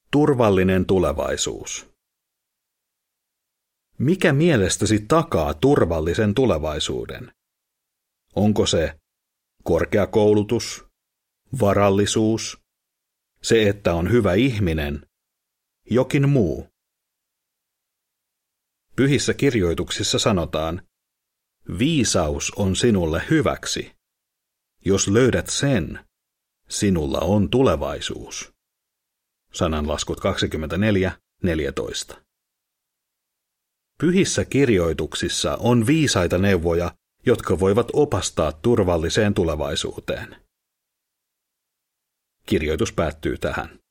Turvallinen tulevaisuus. Mikä mielestäsi takaa turvallisen tulevaisuuden? Onko se korkeakoulutus, varallisuus, se, että on hyvä ihminen, jokin muu? Pyhissä kirjoituksissa sanotaan, viisaus on sinulle hyväksi. Jos löydät sen, sinulla on tulevaisuus. Sananlaskut 24:14. Pyhissä kirjoituksissa on viisaita neuvoja, jotka voivat opastaa turvalliseen tulevaisuuteen. Kirjoitus päättyy tähän.